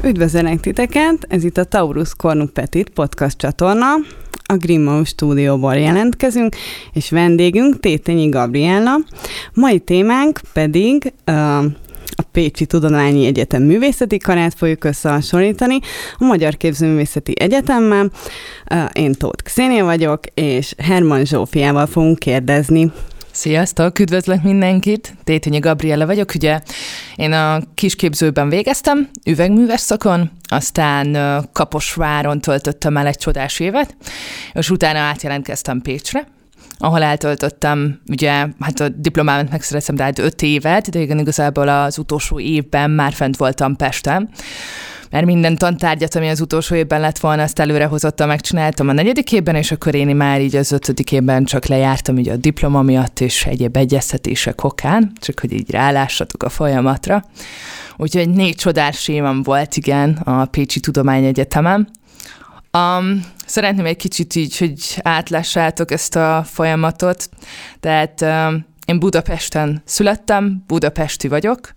Üdvözöllek titeket, ez itt a Taurus Cornu Petit podcast csatorna. A Grimmau stúdióból jelentkezünk, és vendégünk Tétényi Gabriella. Mai témánk pedig a Pécsi Tudományi Egyetem művészeti karát fogjuk összehasonlítani a Magyar Képzőművészeti Egyetemmel. Én Tóth Xénia vagyok, és Herman Zsófiával fogunk kérdezni. Sziasztok, üdvözlök mindenkit! Tétényi Gabriella vagyok, ugye én a kisképzőben végeztem, üvegműves szakon, aztán Kaposváron töltöttem el egy csodás évet, és utána átjelentkeztem Pécsre, ahol eltöltöttem, ugye, hát a diplomámat megszereztem, de 5 évet, de igazából az utolsó évben már fent voltam Pesten, mert minden tantárgyat, ami az utolsó évben lett volna, azt előrehozottam, megcsináltam a 4. évben, és akkor én már így az 5. évben csak lejártam ugye a diploma miatt, és egyéb egyeztetések okán, csak hogy így rálássatok a folyamatra. Úgyhogy 4 csodás évem volt, igen, a Pécsi Tudományegyetemen. Szeretném egy kicsit így, hogy átlássátok ezt a folyamatot. Tehát én Budapesten születtem, budapesti vagyok.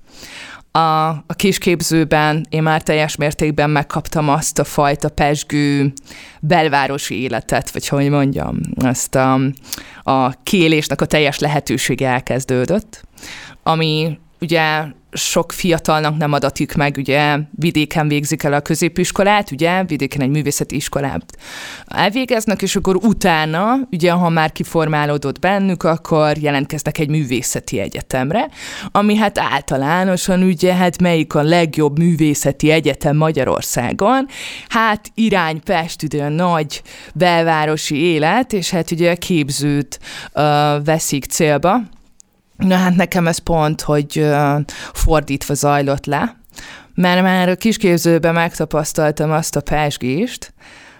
A kisképzőben én már teljes mértékben megkaptam azt a fajta pezsgő belvárosi életet, vagy hogy mondjam, azt a kiélésnek a teljes lehetősége elkezdődött, ami ugye sok fiatalnak nem adatik meg, ugye vidéken végzik el a középiskolát, ugye vidéken egy művészeti iskolát elvégeznek, és akkor utána, ugye ha már kiformálódott bennük, akkor jelentkeznek egy művészeti egyetemre, ami hát általánosan ugye hát melyik a legjobb művészeti egyetem Magyarországon, hát irány Pest, ugye a nagy belvárosi élet, és hát ugye a képzőt veszik célba. Na hát nekem ez pont, hogy fordítva zajlott le, mert már a kisképzőben megtapasztaltam azt a pezsgést,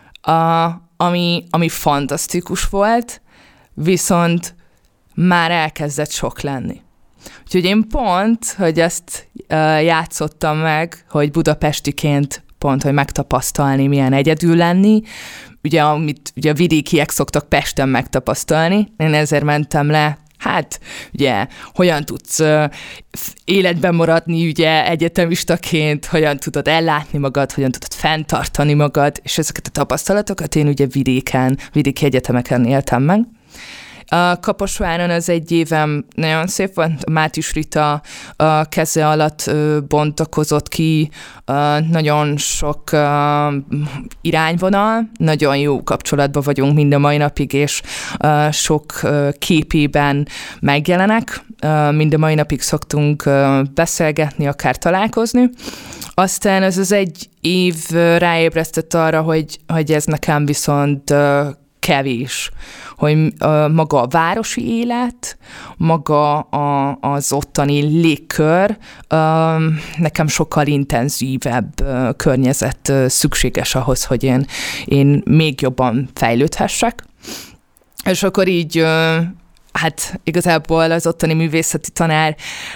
ami fantasztikus volt, viszont már elkezdett sok lenni. Úgyhogy én pont, hogy ezt játszottam meg, hogy budapestiként pont, hogy megtapasztalni, milyen egyedül lenni, ugye amit ugye a vidékiek szoktak Pesten megtapasztalni, én ezért mentem le. Hát, ugye, hogyan tudsz életben maradni, ugye, egyetemistaként, hogyan tudod ellátni magad, hogyan tudod fenntartani magad, és ezeket a tapasztalatokat én ugye vidéki egyetemeken éltem meg. A Kaposváron az 1 évem nagyon szép volt, Mátyus Rita keze alatt bontakozott ki nagyon sok irányvonal, nagyon jó kapcsolatban vagyunk mind a mai napig, és sok képében megjelenek, mind a mai napig szoktunk beszélgetni, akár találkozni. Aztán ez az 1 év ráébresztett arra, hogy ez nekem viszont kevés, hogy maga a városi élet, maga az ottani légkör, nekem sokkal intenzívebb környezet szükséges ahhoz, hogy én még jobban fejlődhessek. És akkor így, hát igazából az ottani művészeti tanár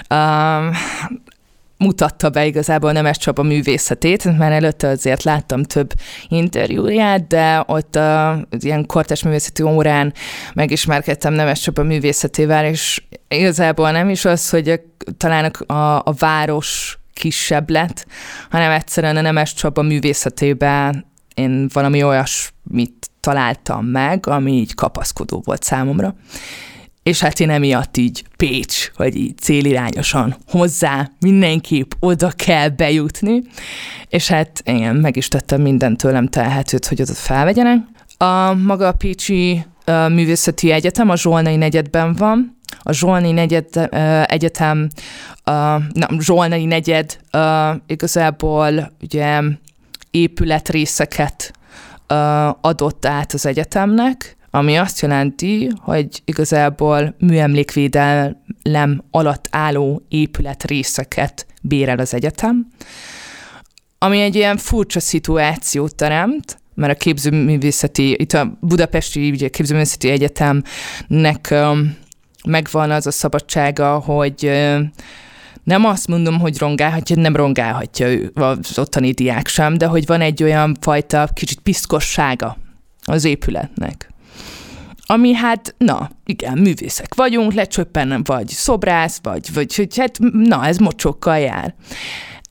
mutatta be igazából Nemes Csaba művészetét, mert előtte azért láttam több interjúját, de ott ilyen kortárs művészeti órán megismerkedtem Nemes Csaba művészetével, és igazából nem is az, hogy talán a város kisebb lett, hanem egyszerűen a Nemes Csaba művészetében én valami olyasmit találtam meg, ami így kapaszkodó volt számomra. És hát én emiatt így Pécs, hogy így célirányosan hozzá mindenképp oda kell bejutni, és hát igen, meg is tettem mindent tőlem telhetőt, hogy oda felvegyenek. Maga a Pécsi Művészeti Egyetem a Zsolnai negyedben van. A Zsolnai Egyetem, Zsolnai negyed igazából ugye épületrészeket adott át az egyetemnek, ami azt jelenti, hogy igazából műemlékvédelem alatt álló épületrészeket bérel az egyetem, ami egy ilyen furcsa szituációt teremt, mert a képzőművészeti, itt a Budapesti Képzőművészeti Egyetemnek megvan az a szabadsága, hogy nem azt mondom, hogy rongálhatja, nem rongálhatja ő, az ottani diák sem, de hogy van egy olyan fajta kicsit piszkossága az épületnek. Ami hát, na, igen, művészek vagyunk, lecsöppen vagy szobrász, vagy hogy hát, na, ez mocsokkal jár.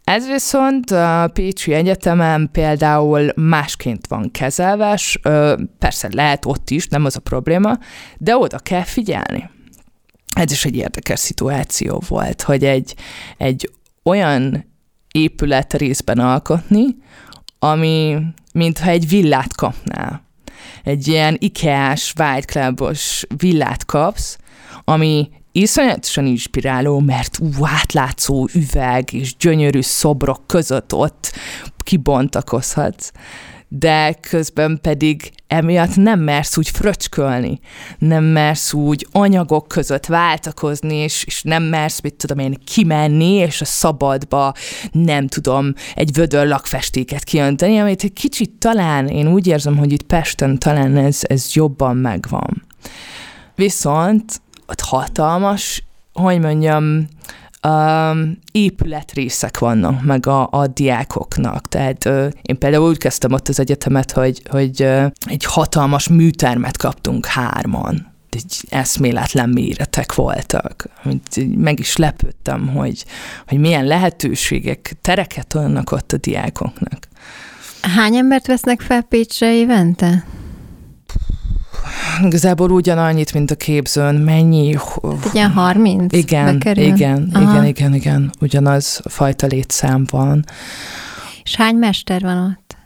Ez viszont a Pécsi Egyetemen például másként van kezelve, persze lehet ott is, nem az a probléma, de oda kell figyelni. Ez is egy érdekes szituáció volt, hogy egy olyan épület részben alkotni, ami mintha egy villát kapnál. Egy ilyen IKEA-s, White Club-os villát kapsz, ami iszonyatosan inspiráló, mert átlátszó üveg és gyönyörű szobrok között ott kibontakozhatsz, de közben pedig emiatt nem mersz úgy fröcskölni, nem mersz úgy anyagok között váltakozni, és nem mersz, mit tudom én, kimenni, és a szabadba, nem tudom, egy vödör lakfestéket kiönteni, amit egy kicsit talán, én úgy érzem, hogy itt Pesten talán ez jobban megvan. Viszont ott hatalmas, hogy mondjam, épületrészek vannak meg a diákoknak. Tehát én például úgy kezdtem ott az egyetemet, hogy egy hatalmas műtermet kaptunk 3-an. Egy eszméletlen méretek voltak. Meg is lepődtem, hogy milyen lehetőségek, tereket adnak ott a diákoknak. Hány embert vesznek fel Pécsre évente? Igazából ugyanannyit, mint a képzőn. Mennyi? Ilyen 30? Igen. Ugyanaz a fajta létszám van. És hány mester van ott?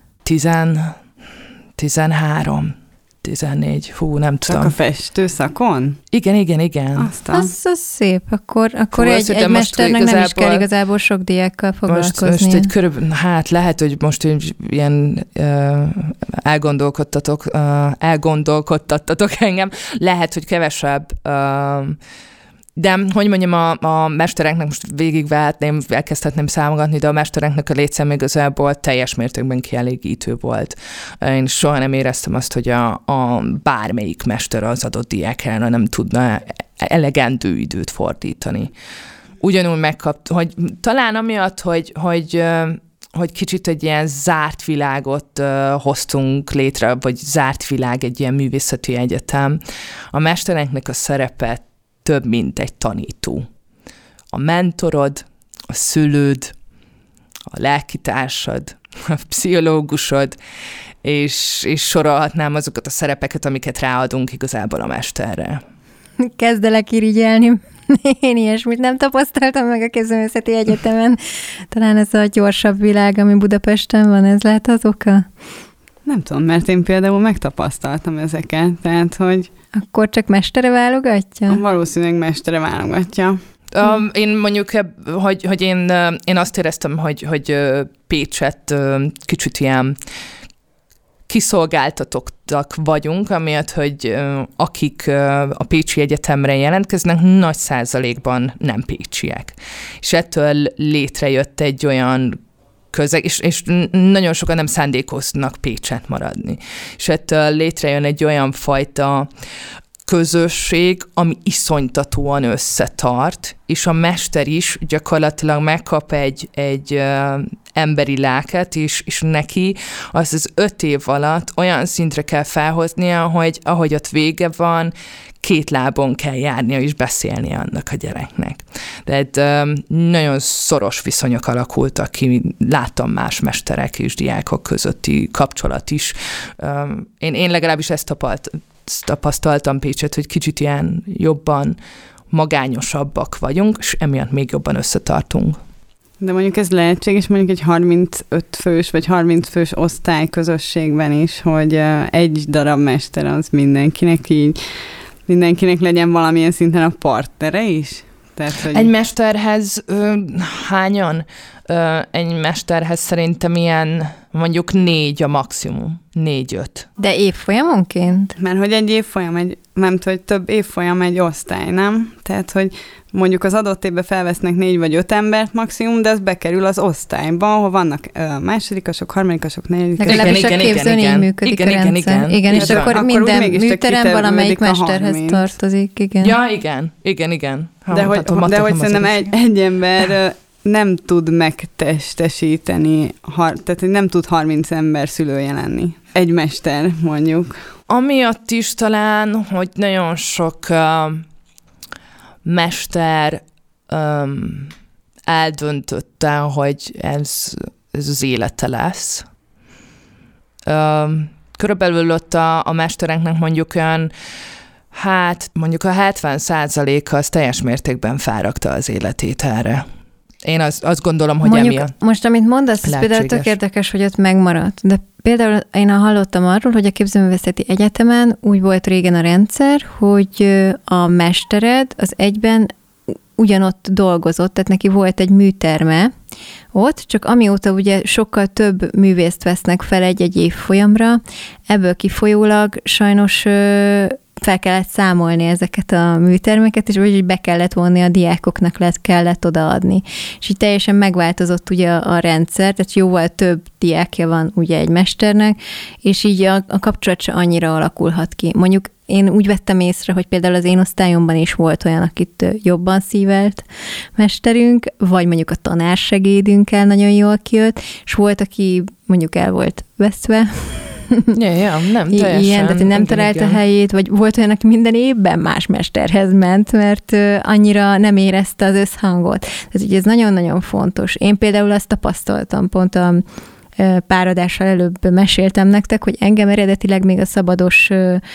13, 14, nem tudom. Csak a festőszakon? Igen. Az szép. Akkor egy mesternek nem is kell igazából sok diákkal foglalkozni. Most lehet, hogy most ilyen elgondolkodtattatok engem. Lehet, hogy kevesebb, de hogy mondjam, a mestereknek most végigvehetném, elkezdhetném számogatni, de a mestereknek a létszám igazából teljes mértékben kielégítő volt. Én soha nem éreztem azt, hogy a bármelyik mester az adott diákjára nem tudna elegendő időt fordítani. Ugyanúgy hogy talán amiatt, hogy kicsit egy ilyen zárt világot hoztunk létre, vagy zárt világ, egy ilyen művészeti egyetem, a mestereknek a szerepe több, mint egy tanító. A mentorod, a szülőd, a lelkitársad, a pszichológusod, és sorolhatnám azokat a szerepeket, amiket ráadunk igazából a mesterre. Kezdelek irigyelni. Én ilyesmit nem tapasztaltam meg a Képzőművészeti Egyetemen. Talán ez a gyorsabb világ, ami Budapesten van, ez lehet az oka? Nem tudom, mert én például megtapasztaltam ezeket, tehát, hogy... Akkor csak mestere válogatja? Valószínűleg mestere válogatja. Én mondjuk, hogy én azt éreztem, hogy Pécset kicsit ilyen kiszolgáltatottak vagyunk, amiatt, hogy akik a Pécsi Egyetemre jelentkeznek, nagy százalékban nem pécsiek. És ettől létrejött egy olyan közeg, és nagyon sokan nem szándékoznak Pécset maradni. És ettől létrejön egy olyan fajta közösség, ami iszonytatóan összetart, és a mester is gyakorlatilag megkap egy emberi lelket, és neki az 5 év alatt olyan szintre kell felhoznia, hogy ahogy ott vége van, 2 lábon kell járnia és beszélni annak a gyereknek. Tehát nagyon szoros viszonyok alakultak ki, láttam más mesterek és diákok közötti kapcsolat is. Én legalábbis ezt tapasztaltam Pécset, hogy kicsit ilyen jobban magányosabbak vagyunk, és emiatt még jobban összetartunk. De mondjuk ez lehetséges mondjuk egy 35 fős vagy 30 fős osztályközösségben is, hogy egy darab mester az mindenkinek legyen valamilyen szinten a partnere is? Tehát, hogy... Egy mesterhez hányan? Egy mesterhez szerintem ilyen mondjuk 4 a maximum. 4-5. De évfolyamonként? Mert hogy egy évfolyam, hogy több évfolyam egy osztály, nem? Tehát, hogy mondjuk az adott évben felvesznek 4 vagy 5 embert maximum, de ez bekerül az osztályba, ahol vannak másodikasok, harmadikasok, negyedikasok. Legalábbis a képzőn így működik a rendszer. Igen, és akkor minden műterem valamelyik mesterhez tartozik. Igen. Ja, igen. De hogy szerintem egy ember nem tud megtestesíteni, tehát nem tud 30 ember szülője lenni. Egy mester, mondjuk. Amiatt is talán, hogy nagyon sok mester eldöntötte, hogy ez az élete lesz. Körülbelül ott a mesterenknek mondjuk olyan, mondjuk a 70%-a az teljes mértékben fáradta az életét erre. Én azt gondolom, hogy mondjuk, emiatt most, amit mondasz, ez például tök érdekes, hogy ott megmaradt. De például én hallottam arról, hogy a Képzőművészeti Egyetemen úgy volt régen a rendszer, hogy a mestered az egyben ugyanott dolgozott, tehát neki volt egy műterme ott, csak amióta ugye sokkal több művészt vesznek fel egy-egy évfolyamra, ebből kifolyólag sajnos fel kellett számolni ezeket a műtermeket, és úgy be kellett vonni, a diákoknak kellett odaadni. És így teljesen megváltozott ugye a rendszer, tehát jóval több diákja van ugye egy mesternek, és így a kapcsolat se annyira alakulhat ki. Mondjuk én úgy vettem észre, hogy például az én osztályomban is volt olyan, akit jobban szívelt mesterünk, vagy mondjuk a tanársegédünkkel nagyon jól kijött, és volt, aki mondjuk el volt veszve, nem teljesen. Ilyen, tehát nem találta helyét, vagy volt olyan, aki minden évben más mesterhez ment, mert annyira nem érezte az összhangot. Tehát ugye ez nagyon-nagyon fontos. Én például azt tapasztaltam, pont a pár adással előbb meséltem nektek, hogy engem eredetileg még a Szabados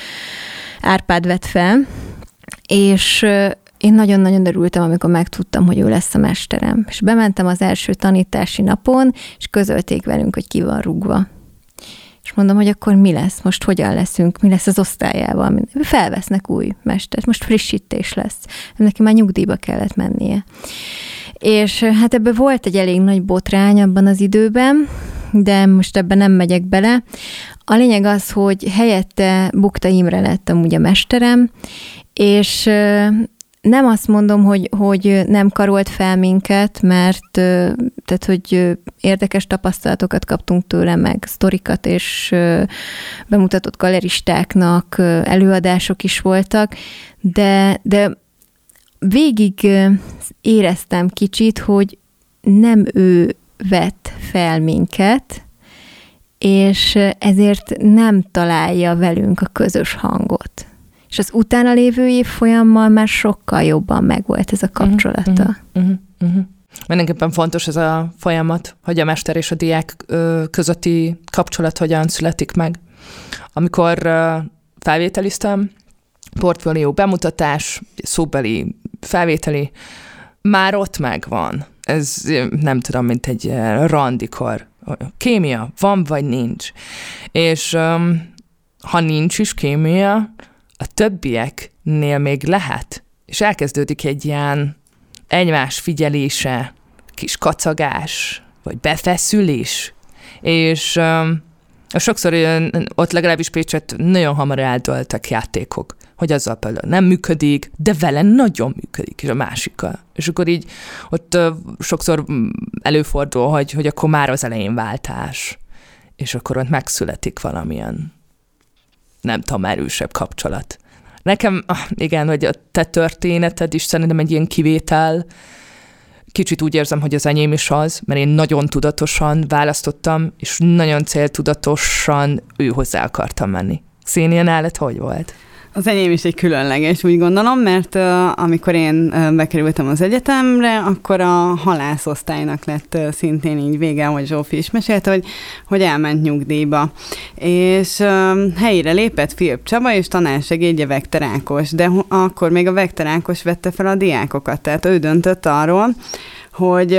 Árpád vett fel, és én nagyon-nagyon örültem, amikor megtudtam, hogy ő lesz a mesterem. És bementem az első tanítási napon, és közölték velünk, hogy ki van rúgva. És mondom, hogy akkor mi lesz? Most hogyan leszünk? Mi lesz az osztályával? Felvesznek új mestert, most frissítés lesz. Neki már nyugdíjba kellett mennie. És hát ebben volt egy elég nagy botrány abban az időben, de most ebben nem megyek bele. A lényeg az, hogy helyette Bukta Imre lett amúgy a mesterem, és nem azt mondom, hogy nem karolt fel minket, mert tehát, hogy érdekes tapasztalatokat kaptunk tőle, meg sztorikat, és bemutatott galeristáknak előadások is voltak, de végig éreztem kicsit, hogy nem ő vett fel minket, és ezért nem találja velünk a közös hangot. És az utána lévő évfolyammal már sokkal jobban megvolt ez a kapcsolata. Mindenképpen fontos ez a folyamat, hogy a mester és a diák közötti kapcsolat hogyan születik meg. Amikor felvételiztem, portfólió bemutatás, szóbeli felvételi, már ott megvan. Ez nem tudom, mint egy randikor. Kémia van vagy nincs. És ha nincs is kémia, a többieknél még lehet. És elkezdődik egy ilyen egymás figyelése, kis kacagás, vagy befeszülés. És sokszor ott legalábbis Pécsett nagyon hamar eldőltek játékok, hogy azzal például nem működik, de vele nagyon működik, és a másikkal. És akkor így ott sokszor előfordul, hogy akkor már az elején váltás, és akkor ott megszületik valamilyen, nem tudom, erősebb kapcsolat. Nekem, igen, hogy a te történeted is szerintem egy ilyen kivétel. Kicsit úgy érzem, hogy az enyém is az, mert én nagyon tudatosan választottam, és nagyon céltudatosan ő hozzá akartam menni. Xénia, nálad hogy volt? Az enyém is egy különleges, úgy gondolom, mert amikor én bekerültem az egyetemre, akkor a halászosztálynak lett szintén így vége, ahogy Zsófi is mesélte, hogy elment nyugdíjba. És helyére lépett Filip Csaba, és tanársegédje Vekter Ákos, de akkor még a Vekter Ákos vette fel a diákokat, tehát ő döntött arról, hogy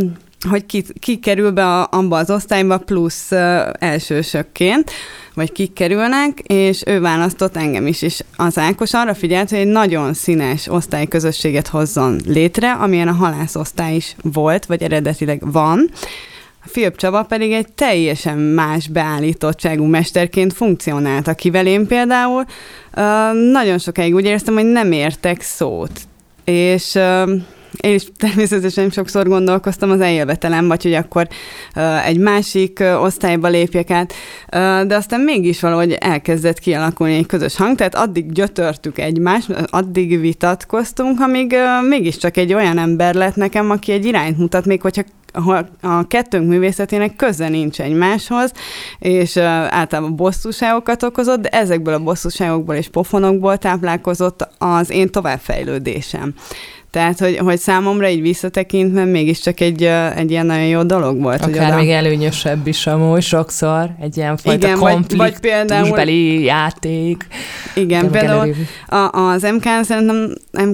ki kerül be abba az osztályba plusz elsősökként, vagy kik kerülnek, és ő választott engem is, és az Ákos arra figyelt, hogy egy nagyon színes osztályközösséget hozzon létre, amilyen a halászosztály is volt, vagy eredetileg van. Filip Csaba pedig egy teljesen más beállítottságú mesterként funkcionált, akivel én például nagyon sokáig úgy éreztem, hogy nem értek szót. És én is természetesen sokszor gondolkoztam az eljövetelem, vagy hogy akkor egy másik osztályba lépjek át, de aztán mégis valahogy elkezdett kialakulni egy közös hang, tehát addig gyötörtük egymást, addig vitatkoztunk, amíg mégiscsak egy olyan ember lett nekem, aki egy irányt mutat, még hogyha a kettőnk művészetének köze nincs egymáshoz, és általában bosszúságokat okozott, de ezekből a bosszúságokból és pofonokból táplálkozott az én továbbfejlődésem. Tehát, hogy számomra így visszatekintve mégiscsak egy ilyen nagyon jó dolog volt. Akár még előnyösebb is amúgy sokszor, egy ilyen fajta konfliktusbeli játék. Igen, például az MK-n szerintem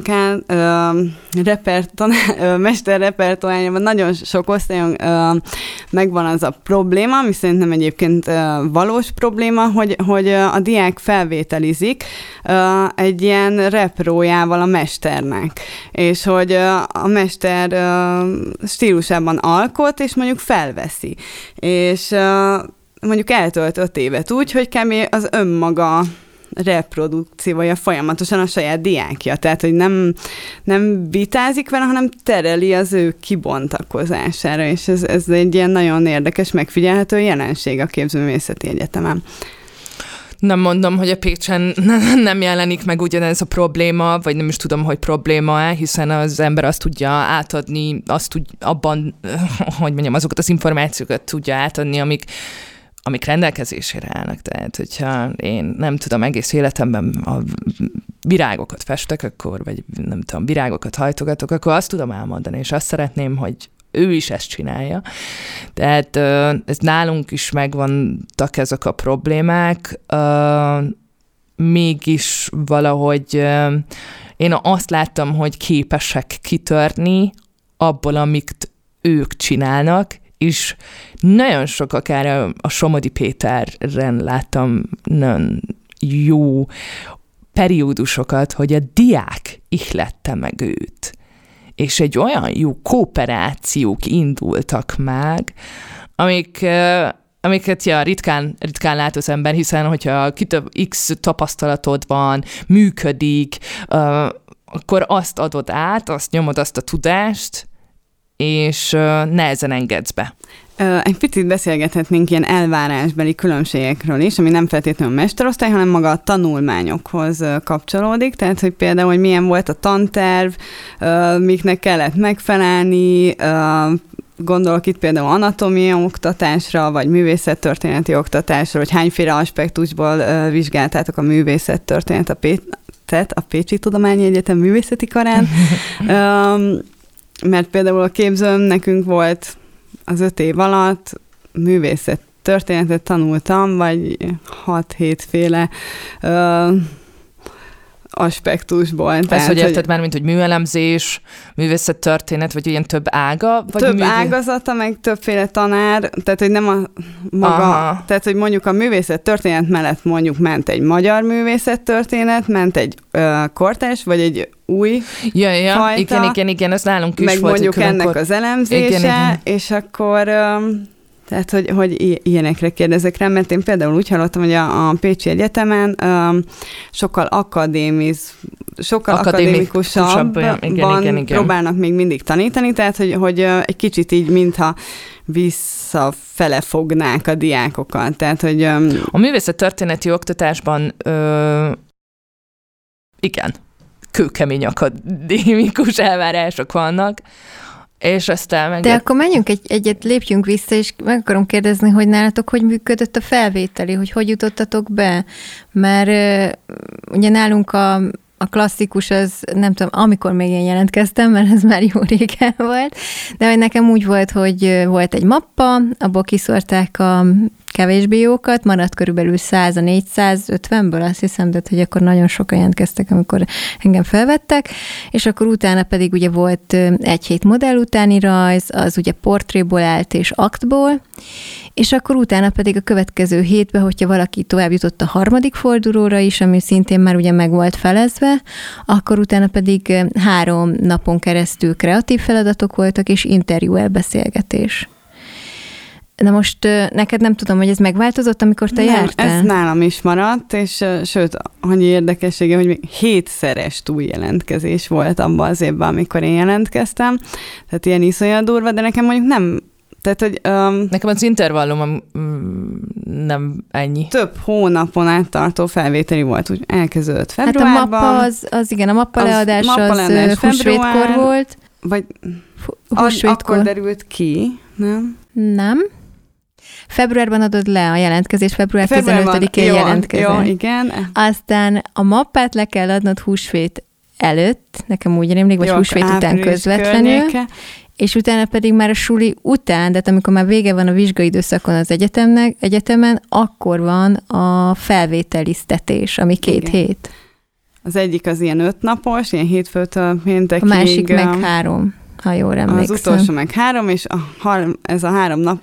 mesterrepertoárjában nagyon sok osztályon megvan az a probléma, ami szerintem egyébként valós probléma, hogy a diák felvételizik egy ilyen reprójával a mesternek, és hogy a mester stílusában alkot, és mondjuk felveszi. És mondjuk eltölt 5 évet úgy, hogy kb. Az önmaga reprodukciója folyamatosan a saját diákja. Tehát, hogy nem vitázik vele, hanem tereli az ő kibontakozására, és ez egy ilyen nagyon érdekes, megfigyelhető jelenség a Képzőművészeti Egyetemen. Nem mondom, hogy a Pécsen nem jelenik meg ugyanez a probléma, vagy nem is tudom, hogy probléma-e, hiszen az ember azt tudja átadni, azokat az információkat tudja átadni, amik rendelkezésére állnak. Tehát, hogyha én nem tudom, egész életemben a virágokat festek, akkor, vagy nem tudom, virágokat hajtogatok, akkor azt tudom elmondani, és azt szeretném, hogy ő is ezt csinálja. Tehát ez nálunk is megvannak ezek a problémák, mégis valahogy én azt láttam, hogy képesek kitörni abból, amit ők csinálnak, és nagyon sok, akár a Somodi Péteren láttam nagyon jó periódusokat, hogy a diák ihlette meg őt. És egy olyan jó kooperációk indultak meg, amiket ritkán lát az ember, hiszen hogyha X tapasztalatod van, működik, akkor azt adod át, azt nyomod azt a tudást, és nehezen engedsz be. Egy picit beszélgethetnénk ilyen elvárásbeli különbségekről is, ami nem feltétlenül mesterosztály, hanem maga a tanulmányokhoz kapcsolódik, tehát hogy például, hogy milyen volt a tanterv, miknek kellett megfelelni, gondolok itt például anatómiai oktatásra, vagy művészettörténeti oktatásra, hogy hányféle aspektusból vizsgáltátok a művészettörténet a Pécsi Tudományi Egyetem művészeti karán, mert például a képzőm nekünk volt az 5 év alatt művészettörténetet tanultam, vagy 6-7 féle aspektusból. Ezt, hogy érted már, mint hogy műelemzés, művészettörténet, vagy ilyen több ága? Vagy több ágazata, meg többféle tanár, tehát hogy nem a maga, tehát hogy mondjuk a művészettörténet mellett mondjuk ment egy magyar művészettörténet, ment egy kortárs, vagy egy új fajta. Igen, az nálunk is meg volt. Meg mondjuk ennek az elemzése, igen. És akkor... Tehát, hogy ilyenekre kérdezek rá, mert én például úgy hallottam, hogy a Pécsi Egyetemen sokkal akadémikusabban igen. próbálnak még mindig tanítani, tehát, hogy egy kicsit így, mintha visszafele fognák a diákokat. Tehát, hogy... A művészettörténeti oktatásban igen, kőkemény akadémikus elvárások vannak, és aztán De akkor menjünk egyet, lépjünk vissza, és meg akarom kérdezni, hogy nálatok hogy működött a felvételi, hogy jutottatok be? Mert ugye nálunk a klasszikus az, nem tudom, amikor még én jelentkeztem, mert ez már jó régen volt, de hogy nekem úgy volt, hogy volt egy mappa, abból kiszórták a kevésbé jókat, maradt körülbelül 100 a 450-ből, azt hiszem, de hogy akkor nagyon sokan jelentkeztek, amikor engem felvettek, és akkor utána pedig ugye volt 1 hét modell utáni rajz, az ugye portréból állt és aktból, és akkor utána pedig a következő hétben, hogyha valaki tovább jutott a 3. fordulóra is, ami szintén már ugye meg volt felezve, akkor utána pedig 3 napon keresztül kreatív feladatok voltak, és interjú elbeszélgetés. Na most neked nem tudom, hogy ez megváltozott, amikor te jártál? Ez nálam is maradt, és sőt, annyi érdekessége, hogy még 7-szeres túljelentkezés volt abban az évben, amikor én jelentkeztem. Tehát ilyen iszonyat durva, de nekem mondjuk nem... Tehát, hogy, nekem az intervallum nem ennyi. Több hónapon át tartó felvételi volt, úgy elkezdődött februárban. Hát a mappa az igen, a mappa leadás az húsvétkor volt. Vagy akkor derült ki, nem? Nem. Februárban adod le a jelentkezést, február 15-én jelentkezel. Jó, igen. Aztán a mappát le kell adnod húsvét előtt, nekem úgy rémlik, vagy húsvét után közvetlenül, környéke. És utána pedig már a suli után, de amikor már vége van a vizsgai időszakon az egyetemen, akkor van a felvételiztetés, ami 2 hét. Az egyik az ilyen 5 napos, ilyen hétfőtől péntekig. A másik meg 3, ha jól emlékszem. Az utolsó meg 3, és ez a 3 nap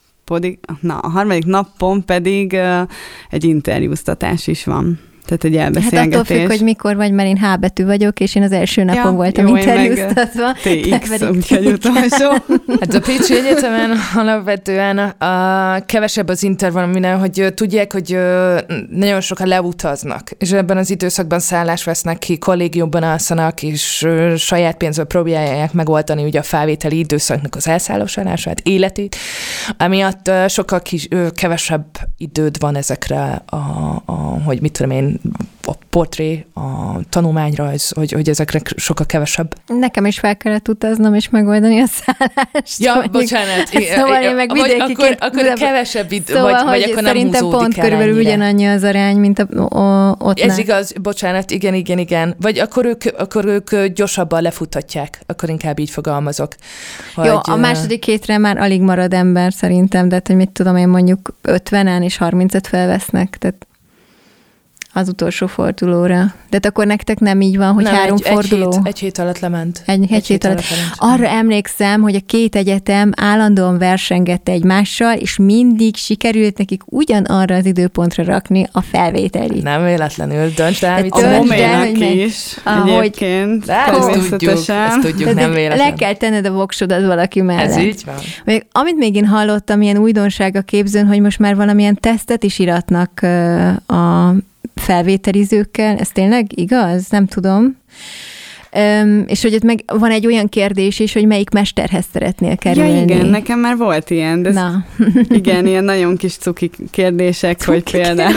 a harmadik napon pedig egy interjúztatás is van. Tehát egy elbeszélgetés. Hát attól függ, hogy mikor vagy, mert én H betű vagyok, és én az első napon voltam interjúztatva. TX, úgyhogy utolsó. Hát a Pécsi Egyetemen alapvetően kevesebb az intervallum minden, hogy tudják, hogy nagyon sokan leutaznak, és ebben az időszakban szállást vesznek ki, kollégiumban alszanak, és saját pénzből próbálják megoldani ugye a felvételi időszaknak az elszállását, életét, amiatt sokkal kevesebb időd van ezekre, hogy mit tudom én, a portré, a tanulmányrajz, hogy ezekre sokkal kevesebb. Nekem is fel kellett utaznom és megoldani a szállást. Ja, mondjuk, bocsánat. Szóval én meg vidékiként... Akkor kevesebb idő, szóval, vagy akkor nem szerintem pont körülbelül ugyanannyi az arány, mint ott. Ez igaz, bocsánat, igen. Vagy akkor ők gyorsabban lefutatják, akkor inkább így fogalmazok. Jó, a második hétre már alig marad ember szerintem, de hogy mit tudom én, mondjuk 50-en és 30-et felvesznek, tehát az utolsó fordulóra. De akkor nektek nem így van, hogy nem, 3 forduló? Egy hét alatt lement. Egy hét alatt. Arra emlékszem, hogy a 2 egyetem állandóan versengette egymással, és mindig sikerült nekik ugyanarra az időpontra rakni a felvételit. Nem véletlenül, döntsd el, mit a Moménak is egyébként. Ezt tudjuk, nem véletlen. Le kell tenned a voksodat valaki mellett. Ez így van. Amit még én hallottam, ilyen újdonság a képzőn, hogy most már valamilyen tesztet is iratnak a felvételizőkkel, ez tényleg igaz? Nem tudom. És hogy ott meg van egy olyan kérdés is, hogy melyik mesterhez szeretnél kerülni. Ja, igen, nekem már volt ilyen. De igen, ilyen nagyon kis cuki kérdések, hogy például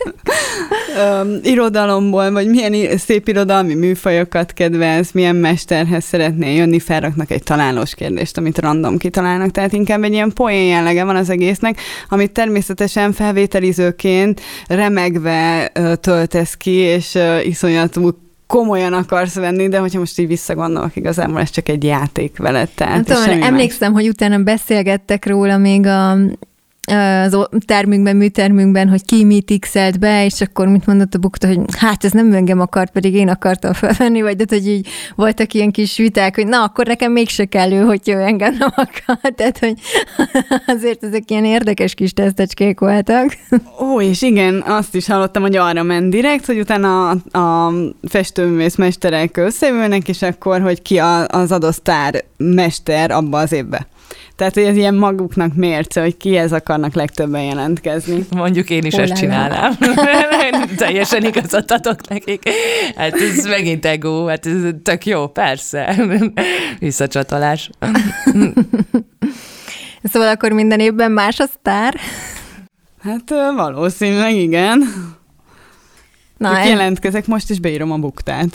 irodalomból, vagy milyen szép irodalmi műfajokat kedvelsz, milyen mesterhez szeretnél jönni, felraknak egy találós kérdést, amit random kitalálnak, tehát inkább egy ilyen poén jellege van az egésznek, amit természetesen felvételizőként remegve töltesz ki, és iszonyatú komolyan akarsz venni, de hogyha most így visszagondolok, igazából ez csak egy játék veled. Tehát tudom, emlékszem, hogy utána beszélgettek róla még az műtermünkben, hogy ki mit x-elt be, és akkor mit mondott a Bukta, hogy hát ez nem engem akart, pedig én akartam felvenni, vagy de hogy így voltak ilyen kis viták, hogy na, akkor nekem mégse kellő, hogy ő engem nem akar. Tehát, hogy azért ezek ilyen érdekes kis tesztecskék voltak. Ó, és igen, azt is hallottam, hogy arra ment direkt, hogy utána a festőművész mesterek összeülnek, és akkor, hogy ki az adott sztár mester abba az évbe. Tehát, hogy ez ilyen maguknak mérce, hogy kihez akarnak legtöbben jelentkezni. Mondjuk én is ezt csinálnám. Teljesen igazat adok nekik. Hát ez megint ego, hát ez tök jó, persze. Visszacsatolás. Szóval akkor minden évben más a sztár? Hát valószínűleg igen. Jelentkezek, most is beírom a Buktát.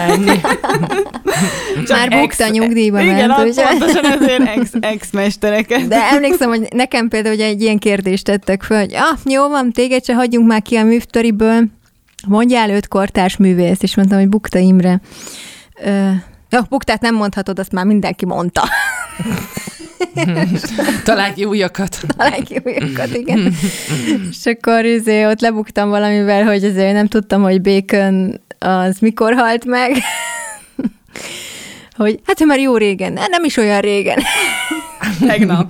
Már Bukta nyugdíjba ment, igen, pontosan ezért ex-mestereket. De emlékszem, hogy nekem például egy ilyen kérdést tettek föl, hogy jó van, téged se hagyjunk már ki a művtoriből, mondjál 5 kortárs művész, és mondtam, hogy Bukta Imre. Buktát nem mondhatod, azt már mindenki mondta. Találj ki újakat. Igen. És akkor ott lebuktam valamivel, hogy azért nem tudtam, hogy Bacon az mikor halt meg. Hogy hát már jó régen, nem is olyan régen. Tegnap.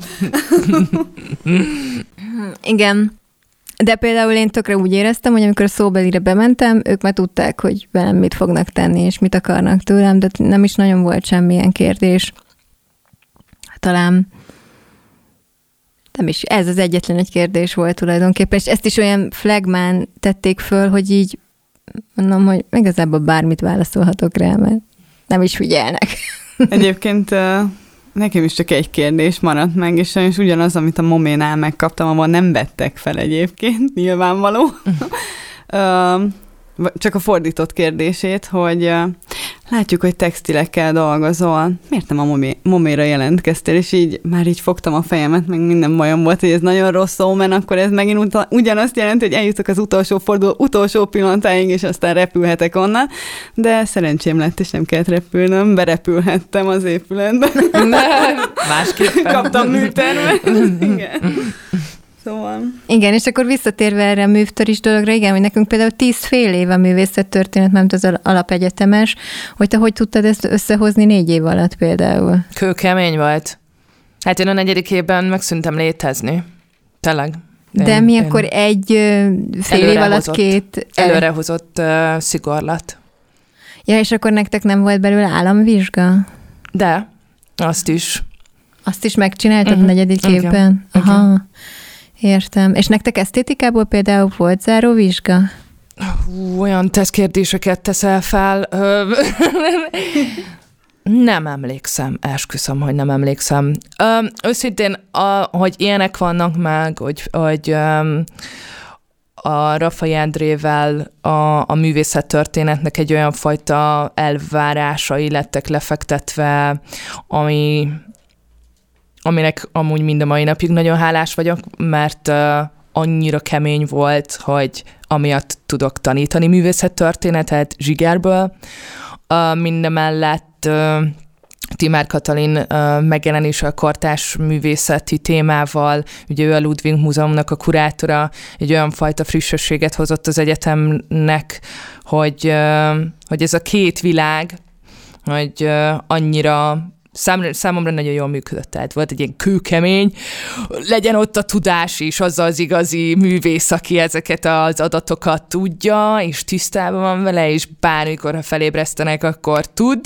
Igen. De például én tökre úgy éreztem, hogy amikor a szóbelire bementem, ők már tudták, hogy velem mit fognak tenni, és mit akarnak tőlem, de nem is nagyon volt semmilyen kérdés. Talán nem is, ez az egyetlen egy kérdés volt tulajdonképpen, és ezt is olyan flagmán tették föl, hogy így mondom, hogy igazából bármit válaszolhatok rá, mert nem is figyelnek. Egyébként nekem is csak egy kérdés maradt meg, és sajnos ugyanaz, amit a Moménál megkaptam, ahol nem vettek fel egyébként, nyilvánvaló. Csak a fordított kérdését, hogy látjuk, hogy textilekkel dolgozol, miért nem a moméra jelentkeztél, és így már így fogtam a fejemet, meg minden bajom volt, hogy ez nagyon rossz omen, akkor ez megint ugyanazt jelenti, hogy eljutok az utolsó forduló utolsó pillanatáig, és aztán repülhetek onnan, de szerencsém lett, és nem kellett repülnöm, berepülhettem az épületbe. Másképpen. Kaptam műtermet. Igen. Szóval. Igen, és akkor visszatérve erre a művtöris dologra, igen, hogy nekünk például 10 fél év a művészettörténet, mert az alapegyetemes, hogy te hogy tudtad ezt összehozni 4 év alatt például? Kőkemény volt. Hát én a 4. évben megszűntem létezni. Tényleg. De mi akkor egy fél év alatt 2... Előrehozott szigorlat. Ja, és akkor nektek nem volt belőle államvizsga? De, azt is. Azt is megcsináltad a 4. évben? Aha. Igen. Értem. És nektek esztétikából például volt záróvizsga? Olyan tesztkérdéseket teszel fel. Nem emlékszem, esküszöm, hogy nem emlékszem. Őszintén, hogy ilyenek vannak meg, hogy a Raffai Endrével a művészettörténetnek egy olyan fajta elvárásai lettek lefektetve, aminek amúgy mind a mai napig nagyon hálás vagyok, mert annyira kemény volt, hogy amiatt tudok tanítani művészettörténetet zsigerből. Mindemellett Timár Katalin megjelenése a kortárs művészeti témával, ugye ő a Ludwig Múzeumnak a kurátora, egy olyan fajta frissességet hozott az egyetemnek, hogy ez a két világ, hogy annyira számomra nagyon jól működött, tehát volt egy ilyen kőkemény, legyen ott a tudás is, az az igazi művész, aki ezeket az adatokat tudja, és tisztában van vele, és bármikor, ha felébresztenek, akkor tud,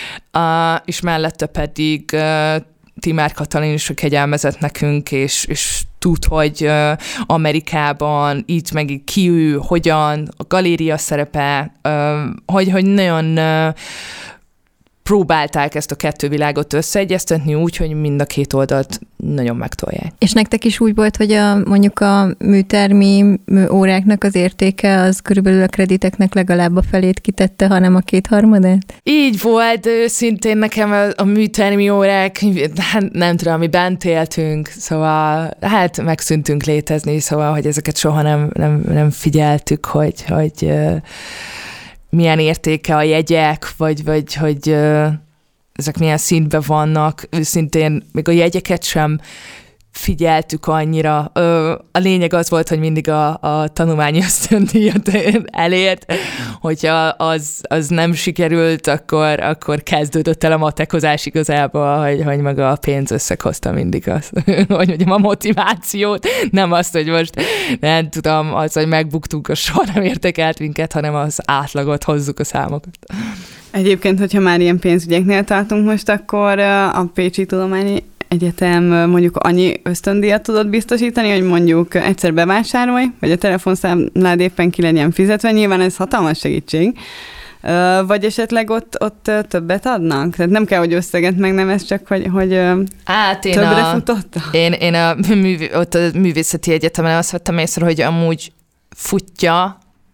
és mellette pedig Timár Katalin is kegyelmezett nekünk, és tud, hogy Amerikában itt meg ki ő, hogyan, a galéria szerepe, hogy nagyon próbálták ezt a kettő világot összeegyeztetni úgy, hogy mind a két oldalt nagyon megtolják. És nektek is úgy volt, hogy mondjuk a műtermi óráknak az értéke az körülbelül a krediteknek legalább a felét kitette, hanem a 2/3? Így volt, őszintén nekem a műtermi órák, nem tudom, mi bent éltünk, szóval hát megszűntünk létezni, szóval, hogy ezeket soha nem figyeltük, hogy milyen értéke a jegyek, vagy hogy ezek milyen szintben vannak. Őszintén még a jegyeket sem figyeltük annyira. A lényeg az volt, hogy mindig a tanulmányi ösztöndíjat elért, hogyha az nem sikerült, akkor kezdődött el a matekozás igazából, hogy maga a pénz összehozta mindig azt, hogy mondjam, a motivációt, nem azt, hogy most nem tudom, az, hogy megbuktunk, a soha nem értekelt minket, hanem az átlagot hozzuk a számokat. Egyébként, hogyha már ilyen pénzügyeknél tartunk most, akkor a Pécsi Tudományi Egyetem mondjuk annyi ösztöndíjat tudod biztosítani, hogy mondjuk egyszer bevásárolj, vagy a telefonszámlád éppen ki legyen fizetve, nyilván ez hatalmas segítség. Vagy esetleg ott többet adnak? Tehát nem kell, hogy összeget megnevezd, csak hogy többre futotta? Én ott a művészeti egyetemen azt vettem észre, hogy amúgy futja,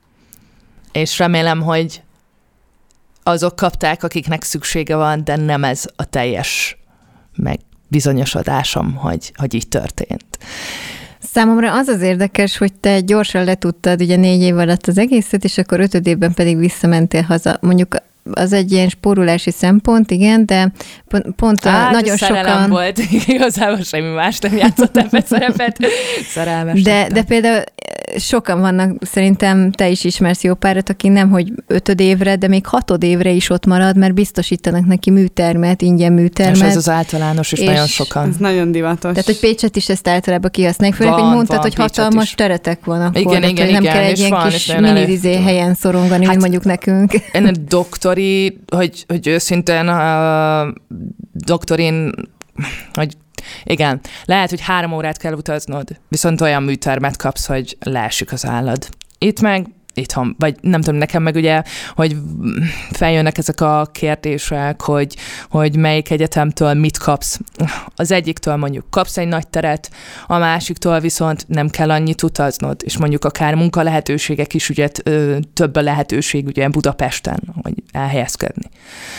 és remélem, hogy azok kapták, akiknek szüksége van, de nem ez a teljes megbizonyosodásom, hogy így történt. Számomra az érdekes, hogy te gyorsan letudtad ugye 4 év alatt az egészet, és akkor 5. évben pedig visszamentél haza. Mondjuk az egy ilyen spórolási szempont, igen, de pont nagyon sokan... volt, igazából semmi más nem játszott ebben szerepet. Szerelmes. De például sokan vannak, szerintem te is ismersz jó párat, aki nem, hogy 5. évre, de még 6. évre is ott marad, mert biztosítanak neki műtermet, ingyen műtermet. És ez az általános, és nagyon sokan. Ez nagyon divatos. Tehát, hogy Pécset is ezt általában kihasználják. Főleg, hogy mondtad, hogy hatalmas teretek van akkor. Igen, nem kell egy ilyen kis minidizé helyen szorongani, mint mondjuk nekünk. Én a doktori, hogy őszintén a doktorin, hogy igen, lehet, hogy 3 órát kell utaznod, viszont olyan műtermet kapsz, hogy leesik az állad. Itt meg itthon. Vagy nem tudom, nekem meg ugye, hogy feljönnek ezek a kérdések, hogy melyik egyetemtől mit kapsz. Az egyiktől mondjuk kapsz egy nagy teret, a másiktól viszont nem kell annyit utaznod, és mondjuk akár munkalehetőségek is, ugye több a lehetőség ugye Budapesten, hogy elhelyezkedni.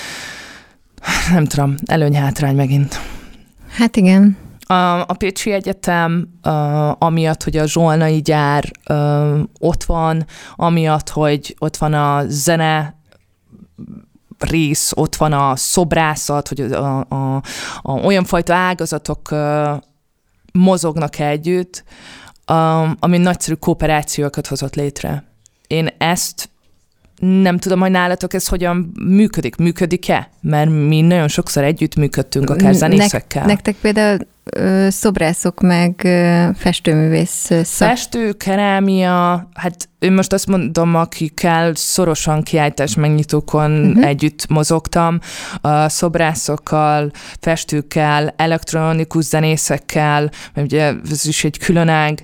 Nem tudom, előny-hátrány megint. Hát igen. A Pécsi Egyetem amiatt, hogy a zsolnai gyár ott van, amiatt, hogy ott van a zene rész, ott van a szobrászat, hogy olyan fajta ágazatok mozognak együtt, ami nagyszerű kooperációkat hozott létre. Én ezt nem tudom, hogy nálatok ez hogyan működik. Működik-e? Mert mi nagyon sokszor együtt működtünk, akár zenészekkel. Nektek például szobrászok meg festőművész szak. Festő, kerámia, hát én most azt mondom, akikkel szorosan kiállítás megnyitókon együtt mozogtam, szobrászokkal, festőkkel, elektronikus zenészekkel, mert ugye ez is egy külön ág,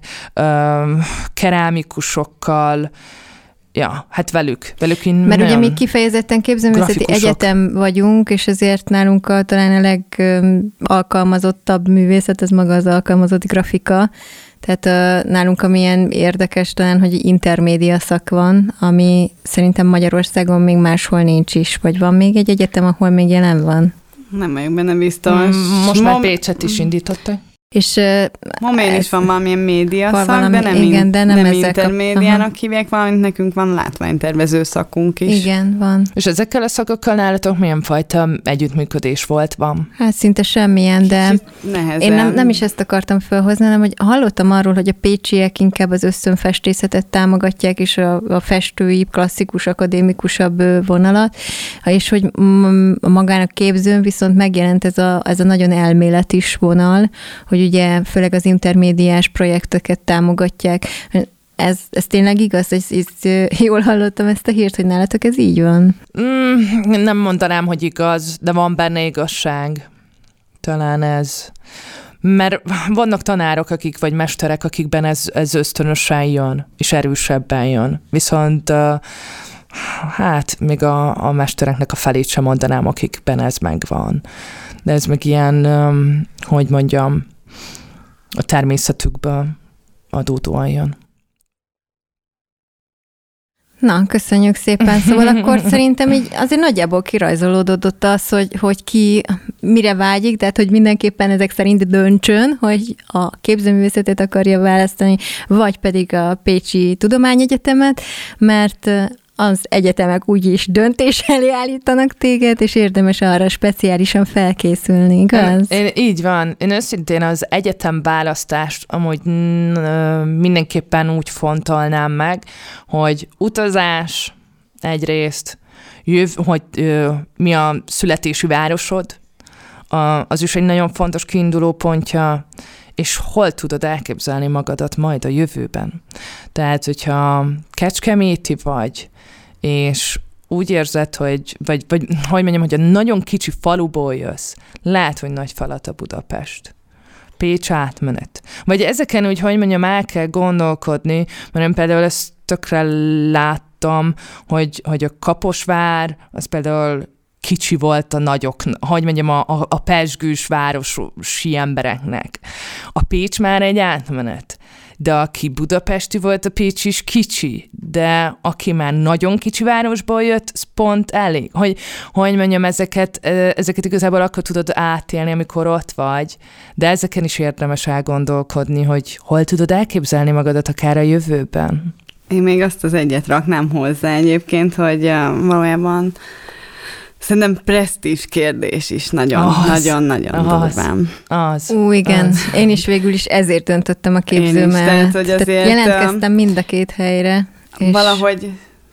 kerámikusokkal. Ja, hát velük mert ugye mi kifejezetten képzőművészeti egyetem vagyunk, és ezért nálunk talán a legalkalmazottabb művészet, ez maga az alkalmazott grafika. Tehát nálunk amilyen érdekes talán, hogy intermédia szak van, ami szerintem Magyarországon még máshol nincs is. Vagy van még egy egyetem, ahol még jelen van? Nem vagyok benne biztos. Most már Pécset is indítottak. És Momén is van valamilyen médiaszak, valami, de nem ezek intermédiának hívják, valamint nekünk van látványtervező szakunk is. Igen, van. És ezekkel a szakokkal nálatok milyen fajta együttműködés van? Hát szinte semmilyen, de nehezen. Én nem is ezt akartam felhozni, hanem hogy hallottam arról, hogy a pécsiek inkább az összönfestészetet támogatják, és a festői, klasszikus, akadémikusabb vonalat, és hogy magának képzőn viszont megjelent ez a nagyon elméletis vonal, hogy ugye főleg az intermédiás projekteket támogatják. Ez tényleg igaz? Jól hallottam ezt a hírt, hogy nálatok ez így van? Nem mondanám, hogy igaz, de van benne igazság. Talán ez. Mert vannak tanárok, vagy mesterek, akikben ez ösztönösen jön, és erősebben jön. Viszont hát még a mestereknek a felét sem mondanám, akikben ez megvan. De ez meg ilyen, hogy mondjam, a természetükből adódóan jön. Na, köszönjük szépen. Szóval akkor szerintem így azért nagyjából kirajzolódott az, hogy ki mire vágyik, tehát hogy mindenképpen ezek szerint döntsön, hogy a képzőművészetet akarja választani, vagy pedig a Pécsi Tudományegyetemet, mert az egyetemek úgyis döntés elé állítanak téged, és érdemes arra speciálisan felkészülni, igaz? Így van. Én őszintén az egyetem választást amúgy mindenképpen úgy fontolnám meg, hogy utazás egyrészt, hogy mi a születési városod, az is egy nagyon fontos kiinduló pontja, és hol tudod elképzelni magadat majd a jövőben. Tehát, hogyha kecskeméti vagy, és úgy érzed, hogy, vagy hogy mondjam, hogy a nagyon kicsi faluból jössz, lehet, hogy nagy falat a Budapest. Pécs átmenet. Vagy ezeken úgy, hogy mondjam, el kell gondolkodni, mert én például ezt tökre láttam, hogy a Kaposvár, az például kicsi volt a nagyok, hogy mondjam, a pezsgős városi embereknek. A Pécs már egy átmenet. De aki budapesti volt, a Pécs is kicsi, de aki már nagyon kicsi városból jött, az pont elég. Hogy mondjam, ezeket igazából akkor tudod átélni, amikor ott vagy, de ezeken is érdemes elgondolkodni, hogy hol tudod elképzelni magadat akár a jövőben. Én még azt az egyet raknám hozzá egyébként, hogy valójában szerintem presztízs kérdés is nagyon durván. Igen. Az. Én is végül is ezért döntöttem a képző mellett. Tehát jelentkeztem mind a két helyre. És valahogy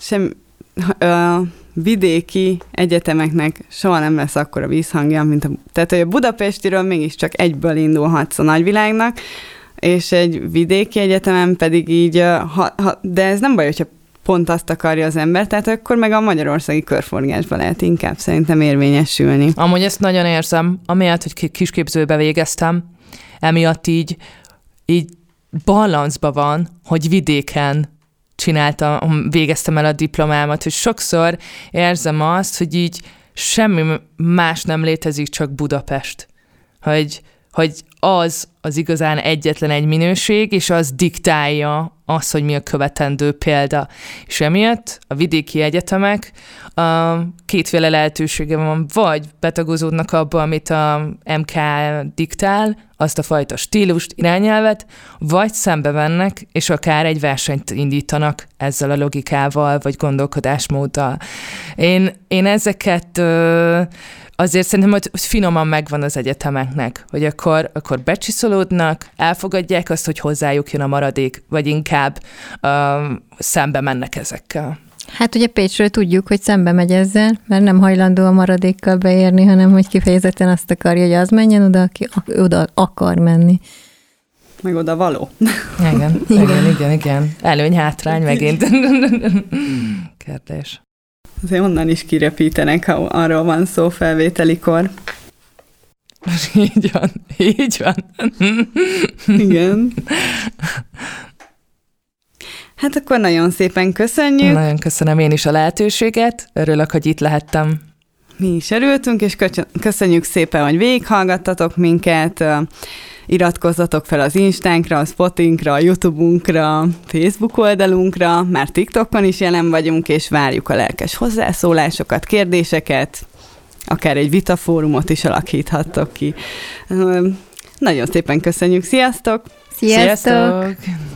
vidéki egyetemeknek soha nem lesz akkora vízhangja, tehát hogy a budapestiről mégiscsak egyből indulhatsz a nagyvilágnak, és egy vidéki egyetemen pedig így, de ez nem baj, hogyha pont azt akarja az ember, tehát akkor meg a magyarországi körforgásba lehet inkább szerintem érvényesülni. Amúgy ezt nagyon érzem, amiatt, hogy kisképzőbe végeztem, emiatt így balancban van, hogy vidéken végeztem el a diplomámat, hogy sokszor érzem azt, hogy így semmi más nem létezik, csak Budapest. Hogy az igazán egyetlen egy minőség, és az diktálja azt, hogy mi a követendő példa. És emiatt a vidéki egyetemek kétféle lehetősége van, vagy betagozódnak abba, amit a MK diktál, azt a fajta stílust, irányelvet, vagy szembevennek, és akár egy versenyt indítanak ezzel a logikával, vagy gondolkodásmóddal. Én ezeket azért szerintem, hogy finoman megvan az egyetemeknek, hogy akkor becsiszolódnak, elfogadják azt, hogy hozzájuk jön a maradék, vagy inkább szembe mennek ezekkel. Hát ugye Pécsről tudjuk, hogy szembe megy ezzel, mert nem hajlandó a maradékkal beérni, hanem hogy kifejezetten azt akarja, hogy az menjen oda, aki oda akar menni. Meg oda való. Igen. Előny, hátrány megint. Kérdés. Azért onnan is kirepítenek, ha arról van szó felvételikor. Így van. Igen. Hát akkor nagyon szépen köszönjük. Nagyon köszönöm én is a lehetőséget. Örülök, hogy itt lehettem. Mi is örültünk, és köszönjük szépen, hogy végighallgattatok minket. Iratkozzatok fel az Instánkra, a Spotinkra, a YouTube-unkra, Facebook oldalunkra, már TikTokon is jelen vagyunk, és várjuk a lelkes hozzászólásokat, kérdéseket, akár egy vitafórumot is alakíthattok ki. Nagyon szépen köszönjük, sziasztok! Sziasztok!